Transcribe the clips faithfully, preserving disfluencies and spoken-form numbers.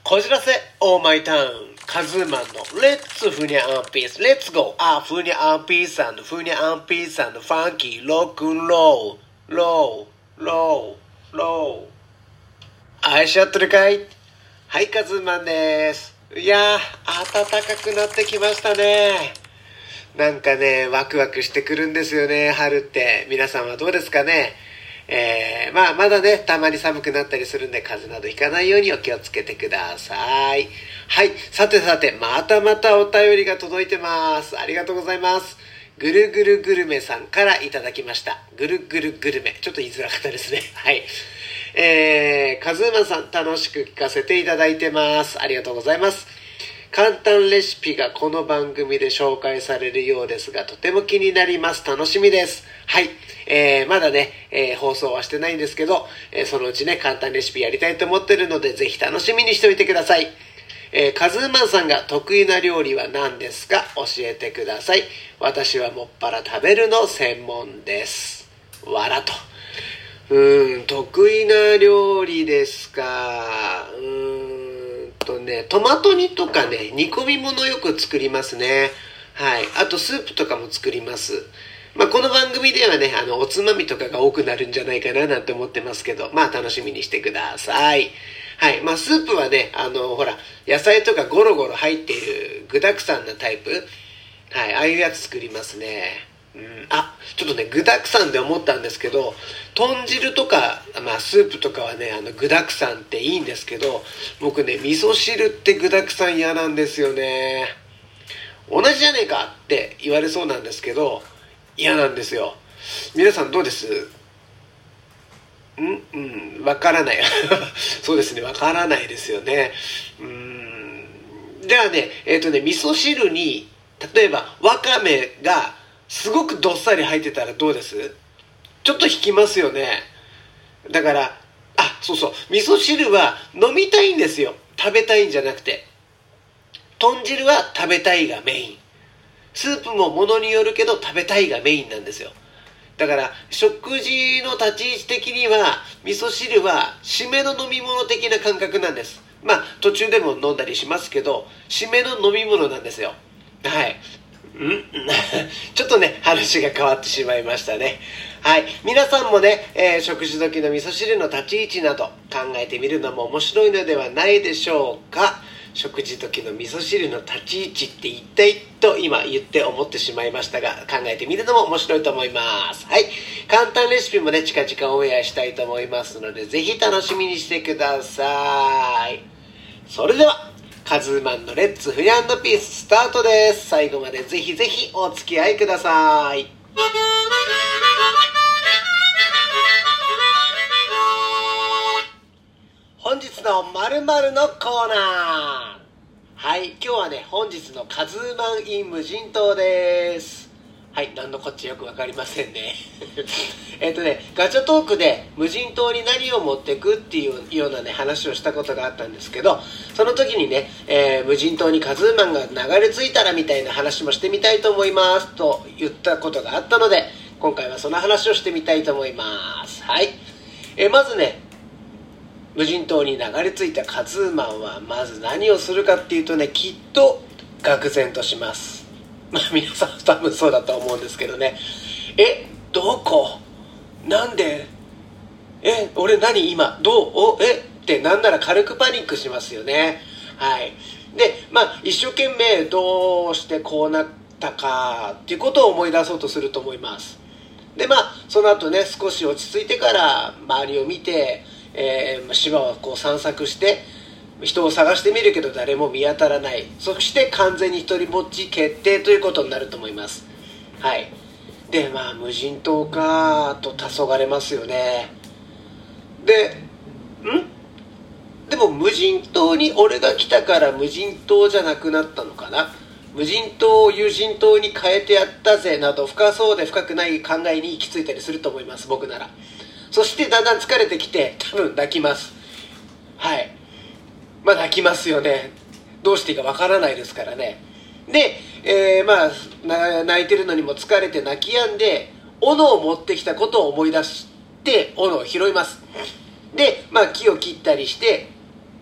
こじらせオーマイタウンカズーマンのレッツフニャアンピースレッツゴーあフニャアンピース&フニャアンピース&ファンキーロックンローローローロー愛し合ってるかい。はい、カズーマンです。いやー暖かくなってきましたね。なんかねワクワクしてくるんですよね、春って。皆さんはどうですかね。えー、まあまだねたまに寒くなったりするんで風邪などひかないようにお気をつけてください。はい、さてさてまたまたお便りが届いてます。ありがとうございます。ぐるぐるグルメさんからいただきました。ぐるぐるグルメ、ちょっと言いづらかったですね。はい、えー、カズーマンさん楽しく聞かせていただいてます。ありがとうございます。簡単レシピがこの番組で紹介されるようですがとても気になります。楽しみです。はい、えー、まだね、えー、放送はしてないんですけど、えー、そのうちね簡単レシピやりたいと思ってるのでぜひ楽しみにしておいてください。えー、カズーマンさんが得意な料理は何ですか教えてください。私はもっぱら食べるの専門です。わらと。うーん得意な料理ですか。うーんとね、トマト煮とかね煮込み物よく作りますね。はい、あとスープとかも作ります。まあこの番組ではねあのおつまみとかが多くなるんじゃないかななんて思ってますけど、まあ楽しみにしてください。はい、まあスープはねあのほら野菜とかゴロゴロ入っている具沢山なタイプ、はい、ああいうやつ作りますね。うん、あちょっとね具沢山で思ったんですけど、豚汁とか、まあ、スープとかはねあの具沢山っていいんですけど、僕ね味噌汁って具沢山嫌なんですよね。同じじゃねえかって言われそうなんですけど嫌なんですよ。皆さんどうです？んうんわからないそうですねわからないですよね。うーんじゃあねえっ、ー、とね味噌汁に例えばわかめがすごくどっさり入ってたらどうです？ちょっと引きますよね。だからあそうそう味噌汁は飲みたいんですよ、食べたいんじゃなくて。豚汁は食べたいがメイン、スープもものによるけど食べたいがメインなんですよ。だから食事の立ち位置的には味噌汁は締めの飲み物的な感覚なんです。まあ途中でも飲んだりしますけど締めの飲み物なんですよ。はいんちょっとね話が変わってしまいましたね。はい、皆さんもね、えー、食事時の味噌汁の立ち位置など考えてみるのも面白いのではないでしょうか。食事時の味噌汁の立ち位置って一体と今言って思ってしまいましたが、考えてみるのも面白いと思います。はい、簡単レシピもね近々オンエアしたいと思いますのでぜひ楽しみにしてください。それではカズーマンのレッツフリアンドピーススタートです。最後までぜひぜひお付き合いください。本日の〇〇のコーナー。はい、今日はね本日のカズーマン in 無人島です。はい、なんのこっちゃよくわかりませんねえっとねガチャトークで無人島に何を持ってくっていうようなね話をしたことがあったんですけど、その時にね、えー、無人島にカズーマンが流れ着いたらみたいな話もしてみたいと思いますと言ったことがあったので、今回はその話をしてみたいと思います。はい、えー、まずね無人島に流れ着いたカズーマンはまず何をするかっていうとね、きっと愕然とします。まあ皆さん多分そうだと思うんですけどね。えどこなんでえ俺何今どうおえってなんなら軽くパニックしますよね。はい、でまあ一生懸命どうしてこうなったかっていうことを思い出そうとすると思います。でまあその後ね少し落ち着いてから周りを見て、えー、島をこう散策して人を探してみるけど誰も見当たらない。そして完全に一人ぼっち決定ということになると思います。はい、でまあ無人島かと黄昏ますよね。でんでも無人島に俺が来たから無人島じゃなくなったのかな、無人島を有人島に変えてやったぜなど深そうで深くない考えに行き着いたりすると思います、僕なら。そしてだんだん疲れてきて多分泣きます。はい、まあ泣きますよね。どうしていいかわからないですからね。で、えー、まあ泣いてるのにも疲れて泣き止んで斧を持ってきたことを思い出して斧を拾います。で、まあ、木を切ったりして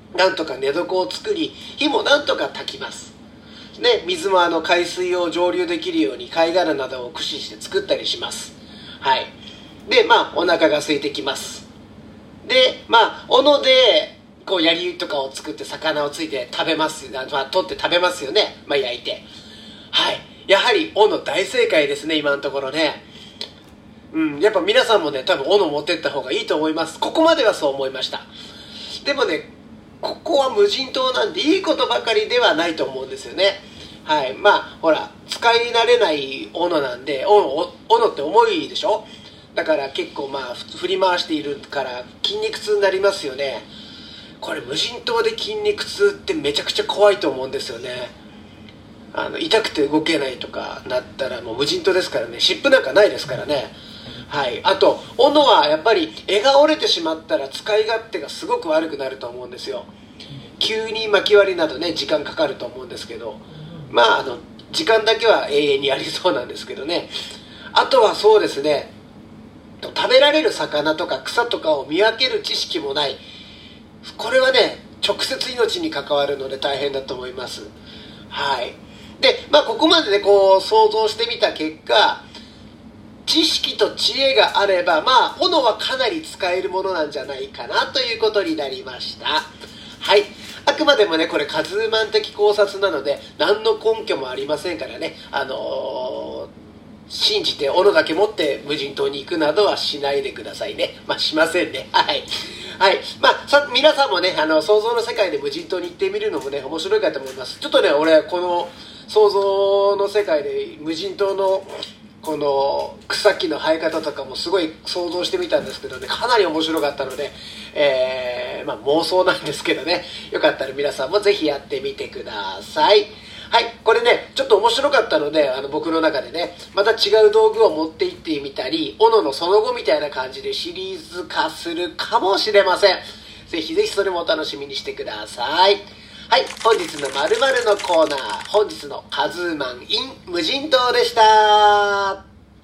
なんとか寝床を作り、火もなんとか焚きます。ね、水もあの海水を蒸留できるように貝殻などを駆使して作ったりします。はい。で、まあ、お腹が空いてきます。で、まあ、斧で、こう、槍とかを作って魚をついて食べます。まあ、取って食べますよね。まあ、焼いて。はい。やはり、斧大正解ですね、今のところね。うん、やっぱ皆さんもね、多分斧持ってった方がいいと思います。ここまではそう思いました。でもね、ここは無人島なんでいいことばかりではないと思うんですよね。はい。まあ、ほら、使い慣れない斧なんで、斧、斧って重いでしょ？だから結構まあ、振り回しているから筋肉痛になりますよね。これ無人島で筋肉痛ってめちゃくちゃ怖いと思うんですよね。あの、痛くて動けないとかなったらもう無人島ですからね。湿布なんかないですからね。はい、あと斧はやっぱり柄が折れてしまったら使い勝手がすごく悪くなると思うんですよ。急に巻き割りなどね時間かかると思うんですけど、まああの時間だけは永遠にありそうなんですけどね。あとはそうですね、食べられる魚とか草とかを見分ける知識もない。これはね直接命に関わるので大変だと思います。はい。で、まあここまでねこう想像してみた結果、知識と知恵があれば、まあ、斧はかなり使えるものなんじゃないかなということになりました。はい。あくまでもね、これ、カズーマン的考察なので、何の根拠もありませんからね、あのー、信じて斧だけ持って無人島に行くなどはしないでくださいね。まあ、しませんね。はい。はい。まあ、さ、皆さんもね、あの、想像の世界で無人島に行ってみるのもね、面白いかと思います。ちょっとね、俺、この、想像の世界で無人島の、この草木の生え方とかもすごい想像してみたんですけどね、かなり面白かったので、えー、まあ妄想なんですけどね、よかったら皆さんもぜひやってみてください。はい、これね、ちょっと面白かったので、あの僕の中でね、また違う道具を持って行ってみたり、斧のその後みたいな感じでシリーズ化するかもしれません。ぜひぜひそれもお楽しみにしてください。はい、本日の〇〇のコーナー、本日のカズーマン in 無人島でした。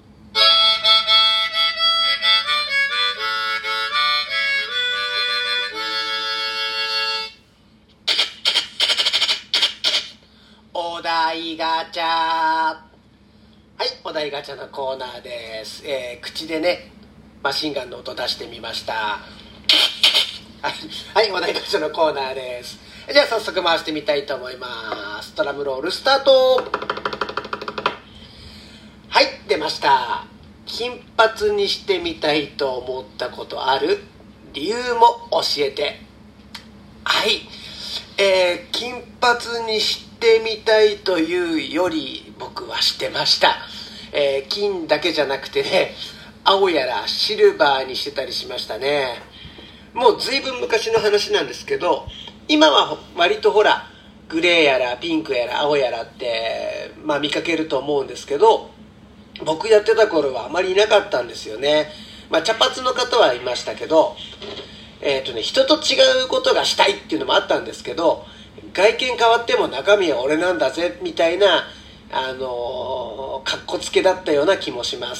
お題ガチャ。はい、お題ガチャのコーナーです。えー、口でね、マシンガンの音出してみました。はい、お題ガチャのコーナーです。じゃあ早速回してみたいと思います。ドラムロールスタート。はい、出ました。金髪にしてみたいと思ったことある？理由も教えて。はい、えー、金髪にしてみたいというより僕はしてました。えー、金だけじゃなくてね、青やらシルバーにしてたりしましたね。もう随分昔の話なんですけど、今は割とほらグレーやらピンクやら青やらってまあ見かけると思うんですけど、僕やってた頃はあまりいなかったんですよね。まあ茶髪の方はいましたけど、えっとね人と違うことがしたいっていうのもあったんですけど、外見変わっても中身は俺なんだぜみたいなあのー、かっこつけだったような気もします。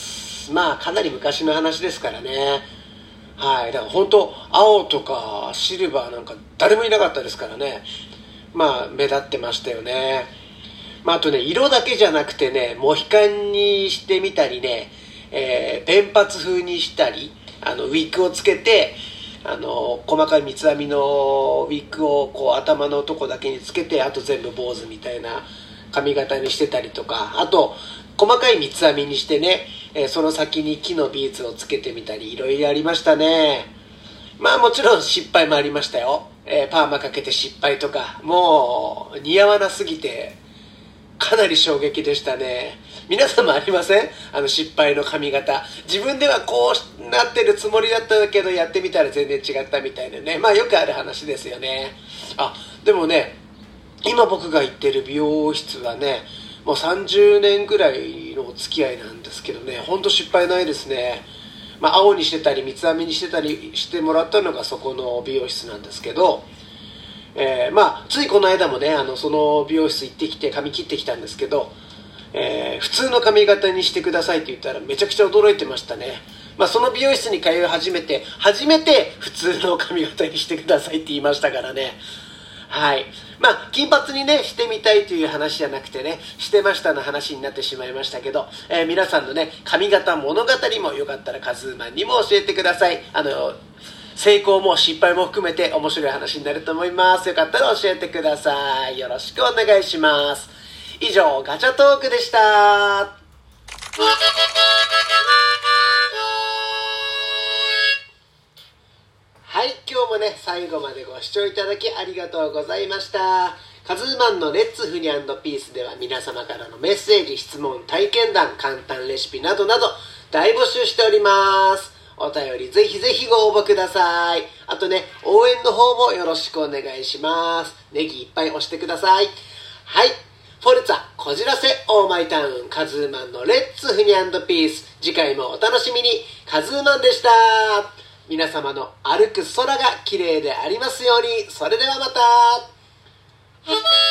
まあかなり昔の話ですからね。はい、だから本当青とかシルバーなんか誰もいなかったですからね。まあ目立ってましたよね。まああとね、色だけじゃなくてね、モヒカンにしてみたりね、えー、弁髪風にしたり、あのウィッグをつけて、あの細かい三つ編みのウィッグをこう頭のとこだけにつけて、あと全部坊主みたいな髪型にしてたりとか、あと細かい三つ編みにしてね、えー、その先に木のビーズをつけてみたり、いろいろありましたね。まあもちろん失敗もありましたよ。えー、パーマかけて失敗とか、もう似合わなすぎてかなり衝撃でしたね。皆さんもありません？あの失敗の髪型。自分ではこうなってるつもりだったけど、やってみたら全然違ったみたいなね。まあよくある話ですよね。あ、でもね、今僕が行ってる美容室はね、もうさんじゅうねんぐらいのお付き合いなんですけどね、ほんと失敗ないですね。まあ青にしてたり三つ編みにしてたりしてもらったのがそこの美容室なんですけど、えー、まあついこの間もね、あのその美容室行ってきて髪切ってきたんですけど、えー、普通の髪型にしてくださいって言ったらめちゃくちゃ驚いてましたね。 まあ、その美容室に通い始めて、初めて普通の髪型にしてくださいって言いましたからね。はい。まあ、金髪にね、してみたいという話じゃなくてね、してましたの話になってしまいましたけど、えー、皆さんのね、髪型物語もよかったらカズーマンにも教えてください。あの、成功も失敗も含めて面白い話になると思います。よかったら教えてください。よろしくお願いします。以上、ガチャトークでした。はい、今日もね、最後までご視聴いただきありがとうございました。カズーマンのレッツフニャンドピースでは皆様からのメッセージ、質問、体験談、簡単レシピなどなど大募集しております。お便りぜひぜひご応募ください。あとね、応援の方もよろしくお願いします。ネギいっぱい押してください。はい、フォルツァ、こじらせ、オーマイタウン、カズーマンのレッツフニャンドピース。次回もお楽しみに。カズーマンでした。皆様の歩く空が綺麗でありますように。それではまた。